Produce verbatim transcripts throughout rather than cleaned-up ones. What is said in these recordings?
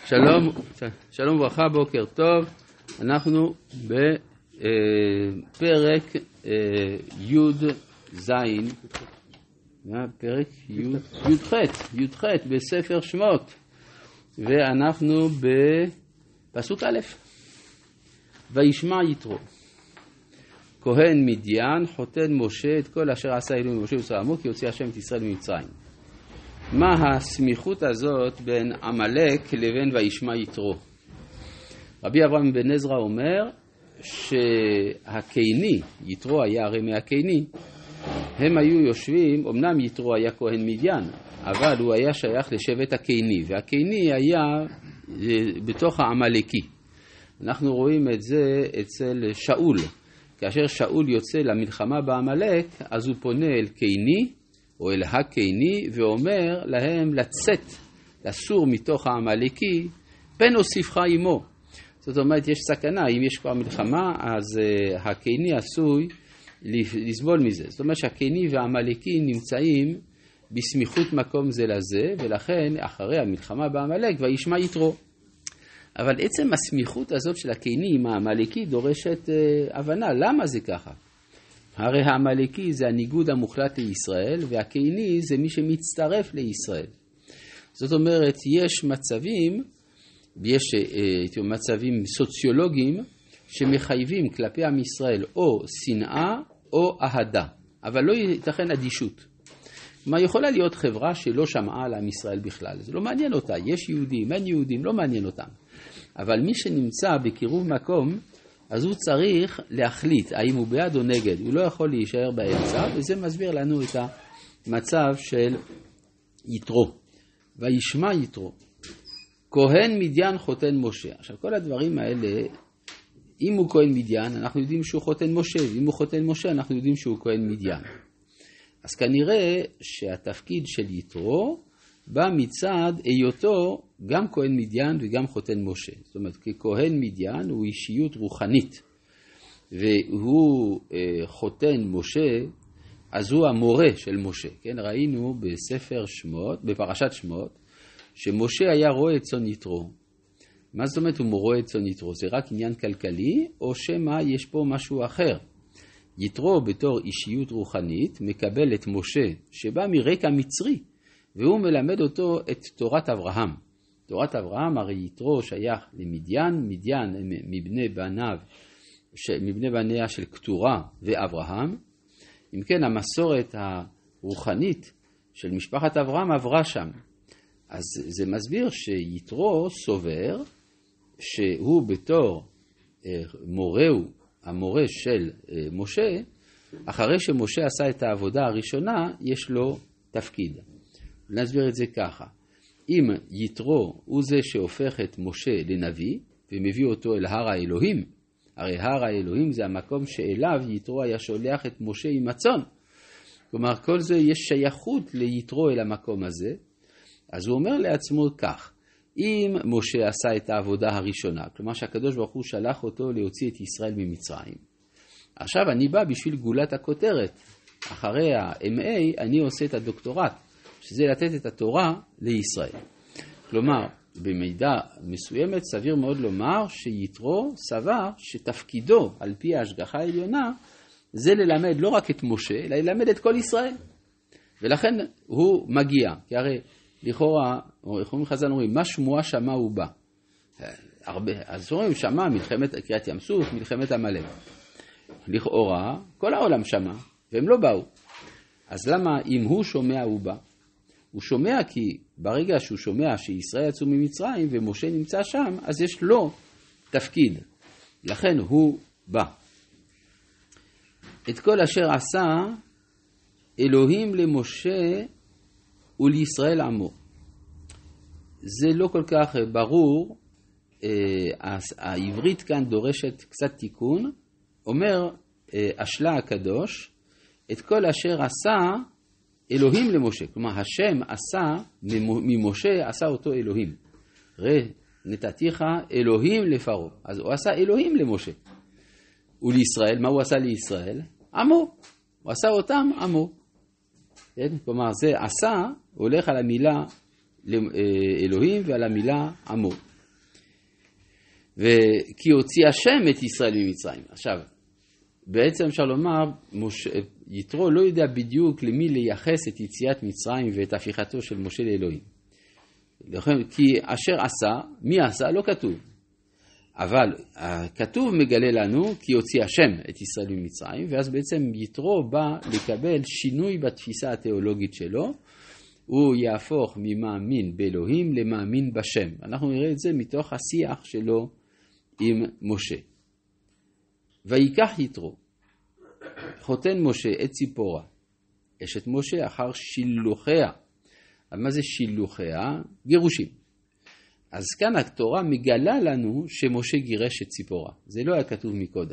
שלום, שלום וברכה, בוקר טוב. אנחנו בפרק י' ז', פרק י' ח', י' ח' בספר שמות, ואנחנו בפסוק א'. וישמע יתרו כהן מדיין חותן משה את כל אשר עשה אלוהים משה וישראל עמו כי הוציא השם את ישראל ממצרים. מה הסמיכות הזאת בין עמלק לבין וישמע יתרו? רבי אברהם בן עזרא אומר שהקייני, יתרו היה הרי מהקייני, הם היו יושבים, אמנם יתרו היה כהן מדיין, אבל הוא היה שייך לשבט הקייני, והקייני היה בתוך העמלקי. אנחנו רואים את זה אצל שאול. כאשר שאול יוצא למלחמה בעמלק, אז הוא פונה אל קייני, או אל הקייני, ואומר להם לצאת, לסור מתוך העמלקי, פן אוסיפך עמו. זאת אומרת, יש סכנה, אם יש כבר מלחמה, אז uh, הקייני עשוי לסבול מזה. זאת אומרת שהקייני והעמלקי נמצאים בסמיכות מקום זה לזה, ולכן אחרי המלחמה בעמלק, וישמע יתרו. אבל עצם הסמיכות הזאת של הקייני עם העמלקי דורשת uh, הבנה, למה זה ככה? הרי העמלקי זה הניגוד המוחלט לישראל, והקייני זה מי שמצטרף לישראל. זאת אומרת, יש מצבים, יש אה, מצבים סוציולוגיים שמחייבים כלפי עם ישראל או שנאה או אהדה, אבל לא ייתכן אדישות. מה יכולה להיות חברה שלא שמעה על עם ישראל בכלל? זה לא מעניין אותה, יש יהודים, אין יהודים, לא מעניין אותם. אבל מי שנמצא בקירוב מקום, אז הוא צריך להחליט האם הוא בעד או נגד, הוא לא יכול להישאר באמצע, וזה מסביר לנו את המצב של יתרו. וישמע יתרו, כהן מדיין חותן משה. עכשיו כל הדברים האלה, אם הוא כהן מדיין, אנחנו יודעים שהוא חותן משה, ואם הוא חותן משה, אנחנו יודעים שהוא כהן מדיין. אז כנראה שהתפקיד של יתרו בא מצד היותו גם כהן מדיין וגם חותן משה. זאת אומרת, ככהן מדיין הוא אישיות רוחנית, והוא אה, חותן משה, אז הוא המורה של משה. כן, ראינו בספר שמות, בפרשת שמות, שמשה היה רואה את צאן יתרו. מה זאת אומרת הוא רואה את צאן יתרו? זה רק עניין כלכלי, או שמה יש פה משהו אחר? יתרו בתור אישיות רוחנית מקבל את משה, שבא מרקע מצרי, והוא מלמד אותו את תורת אברהם. תורת אברהם, הרי יתרו שייך למדיין, מדיין מבני בניו, מבני בניה של קטורה ואברהם. אם כן, המסורת הרוחנית של משפחת אברהם עברה שם. אז זה מסביר שיתרו סובר שהוא בתור מורהו, המורה של משה, אחרי שמשה עשה את העבודה הראשונה, יש לו תפקיד. נסביר את זה ככה. אם יתרו הוא זה שהופך את משה לנביא, ומביא אותו אל הר האלוהים, הרי הר האלוהים זה המקום שאליו יתרו היה שולח את משה עם הצאן. כלומר, כל זה יש שייכות ליתרו אל המקום הזה, אז הוא אומר לעצמו כך, אם משה עשה את העבודה הראשונה, כלומר שהקדוש ברוך הוא שלח אותו להוציא את ישראל ממצרים, עכשיו אני בא בשביל גולת הכותרת, אחרי ה-אם איי אני עושה את הדוקטורט, שזה לתת את התורה לישראל. כלומר, במידה מסוימת סביר מאוד לומר שיתרו סבר שתפקידו על פי ההשגחה העליונה זה ללמד לא רק את משה, אלא ללמד את כל ישראל. ולכן הוא מגיע, כי הרי לכאורה, יכולים חז"ל אומרים, מה שמועה שמע הוא בא. הרבה, אז אומרים, שמע מלחמת קריאת ים סוף, מלחמת עמלק. לכאורה, כל העולם שמע, והם לא באו. אז למה אם הוא שומע הוא בא? הוא שומע כי ברגע שהוא שומע שישראל יצאו ממצרים ומשה נמצא שם, אז יש לו תפקיד. לכן הוא בא. את כל אשר עשה אלוהים למשה ולישראל עמו. זה לא כל כך ברור. העברית כאן דורשת קצת תיקון. אומר אשלה הקדוש, את כל אשר עשה אלוהים למשה. כלומר, השם עשה ממשה, עשה אותו אלוהים. ראה, נתתיך אלוהים לפרעה. אז הוא עשה אלוהים למשה. ולישראל, מה הוא עשה לישראל? עמו. הוא עשה אותם עמו. כן? כלומר, זה עשה, הולך על המילה אלוהים ועל המילה עמו. וכי הוציא השם את ישראל ממצרים. עכשיו, בעצם אפשר לומר, משה, יתרו לא יודע בדיוק למי לייחס את יציאת מצרים ואת הפיכתו של משה לאלוהים. כי אשר עשה, מי עשה? לא כתוב. אבל הכתוב מגלה לנו כי הוציא השם את ישראל ממצרים, ואז בעצם יתרו בא לקבל שינוי בתפיסה התיאולוגית שלו, הוא יהפוך ממאמין באלוהים למאמין בשם. אנחנו נראה את זה מתוך השיח שלו עם משה. ויקח יתרו, חותן משה את ציפורה, אשת משה אחר שילוחיה. אבל מה זה שילוחיה? גירושים. אז כאן התורה מגלה לנו שמשה גירש את ציפורה. זה לא היה כתוב מקודם.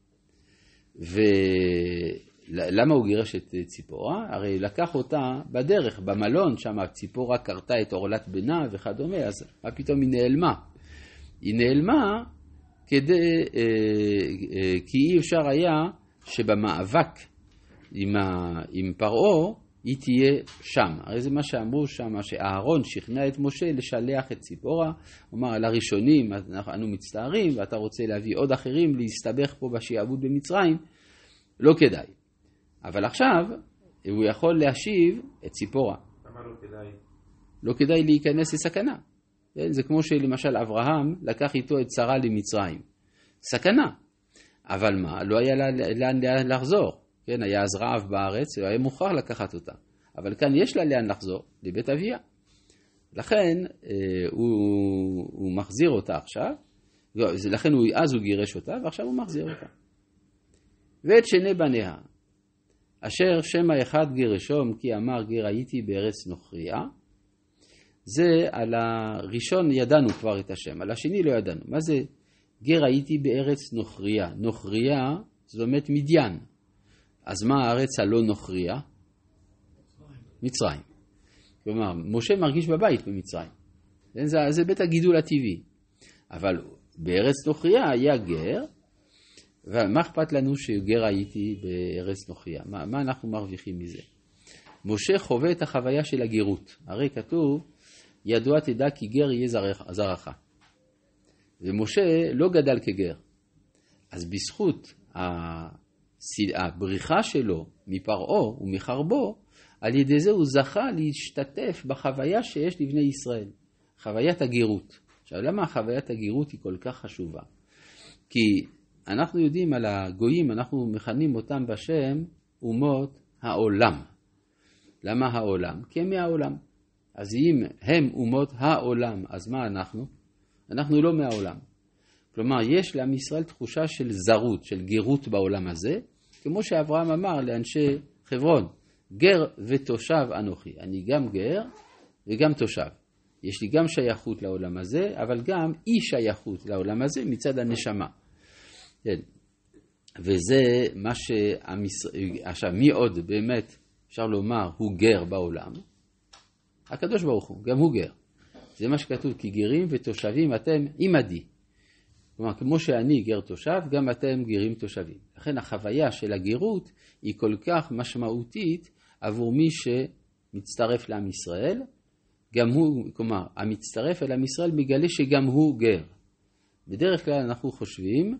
ולמה הוא גירש את ציפורה? הרי לקח אותה בדרך, במלון, שם ציפורה קרתה את עורלת בנה וכדומה, אז מה פתאום היא נעלמה? היא נעלמה כדי, כי אי אפשר היה שבמאבק עם, ה, עם פרעה היא תהיה שם. הרי זה מה שאמרו שם, שאהרון שכנע את משה לשלח את ציפורה, הוא אמר, על הראשונים אנו מצטערים, ואתה רוצה להביא עוד אחרים להסתבך פה בשעבוד במצרים, לא כדאי. אבל עכשיו הוא יכול להשיב את ציפורה. למה לא כדאי? לא כדאי להיכנס לסכנה. זה כמו שלמשל אברהם לקח איתו את שרה למצרים. סכנה. אבל מה? לא היה לאן לחזור. כן, היה אז רעב בארץ, הוא היה מוכרח לקחת אותה. אבל כאן יש לה לאן לחזור, לבית אביה. לכן אה, הוא, הוא מחזיר אותה עכשיו, לכן הוא, אז הוא גירש אותה, ועכשיו הוא מחזיר אותה. ואת שני בניה, אשר שם האחד גירשום, כי אמר גר הייתי בארץ נוכריה, זה על הראשון ידענו כבר את השם, על השני לא ידענו. מה זה גר הייתי בארץ נוכריה? נוכריה זאת אומרת מדיין. אז מה הארץ הלא נוכריה? מצרים. כלומר, משה מרגיש בבית במצרים. זה, זה בית הגידול הטבעי. אבל בארץ נוכריה היה גר, ומה אכפת לנו שגר הייתי בארץ נוכריה? מה, מה אנחנו מרוויחים מזה? משה חווה את החוויה של הגירות. הרי כתוב, ידוע תדע כי גר יהיה זרעך. ומשה לא גדל כגר. אז בזכות הבריחה שלו מפרעה ומחרבו, על ידי זה הוא זכה להשתתף בחוויה שיש לבני ישראל. חוויית הגירות. עכשיו, למה חוויית הגירות היא כל כך חשובה? כי אנחנו יודעים על הגויים, אנחנו מכנים אותם בשם אומות העולם. למה העולם? כי הם מהעולם. אז אם הם אומות העולם, אז מה אנחנו? אנחנו לא מהעולם. כלומר, יש לעם ישראל תחושה של זרות, של גירות בעולם הזה, כמו שאברהם אמר לאנשי חברון, גר ותושב אנוכי. אני גם גר וגם תושב. יש לי גם שייכות לעולם הזה, אבל גם אי שייכות לעולם הזה מצד הנשמה. כן. וזה מה שהמישראל, עכשיו מי עוד באמת אפשר לומר הוא גר בעולם? הקדוש ברוך הוא, גם הוא גר. זה מה שכתוב, כי גרים ותושבים אתם עמדי. כלומר, כמו שאני גר תושב, גם אתם גרים תושבים. לכן החוויה של הגירות היא כל כך משמעותית עבור מי שמצטרף לעם ישראל. גם הוא, כלומר, המצטרף אל עם ישראל מגלה שגם הוא גר. בדרך כלל אנחנו חושבים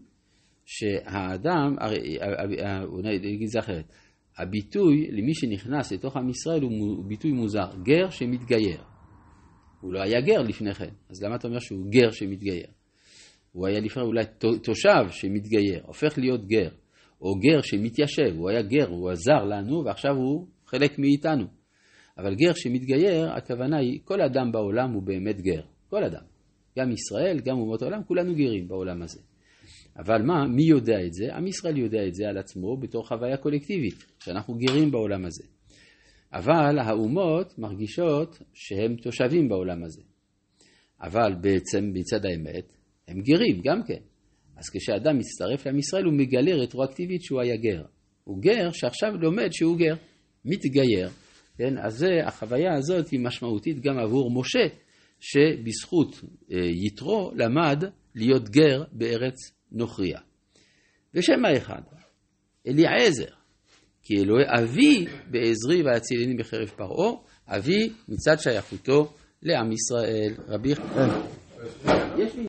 שהאדם, אולי נגיד זה אחרת, הביטוי למי שנכנס לתוך עם ישראל הוא ביטוי מוזר, גר שמתגייר. הוא לא היה גר לפני כן, אז למה אתה אומר שהוא גר שמתגייר? הוא היה לפני אולי תושב שמתגייר, הופך להיות גר, או גר שמתיישב, הוא היה גר, הוא עזר לנו ועכשיו הוא חלק מאיתנו. אבל גר שמתגייר, הכוונה היא, כל אדם בעולם הוא באמת גר, כל אדם. גם ישראל, גם אומות העולם, כולנו גרים בעולם הזה. אבל מה, מי יודע את זה? עם ישראל יודע את זה על עצמו בתור חוויה קולקטיבית, שאנחנו גרים בעולם הזה. אבל האומות מרגישות שהם תושבים בעולם הזה. אבל בעצם בצד האמת, הם גרים גם כן. אז כשאדם מצטרף לעם ישראל, הוא מגלה רטרואקטיבית שהוא היה גר. הוא גר שעכשיו לומד שהוא גר, מתגייר. כן? אז זה, החוויה הזאת היא משמעותית גם עבור משה, שבזכות יתרו למד להיות גר בארץ נוכריה. ושם האחד, אליעזר, כי אלוהי אבי בעזרי והצילני בחרב פרעה, אבי מצד שייכותו לעם ישראל. רבי יש לי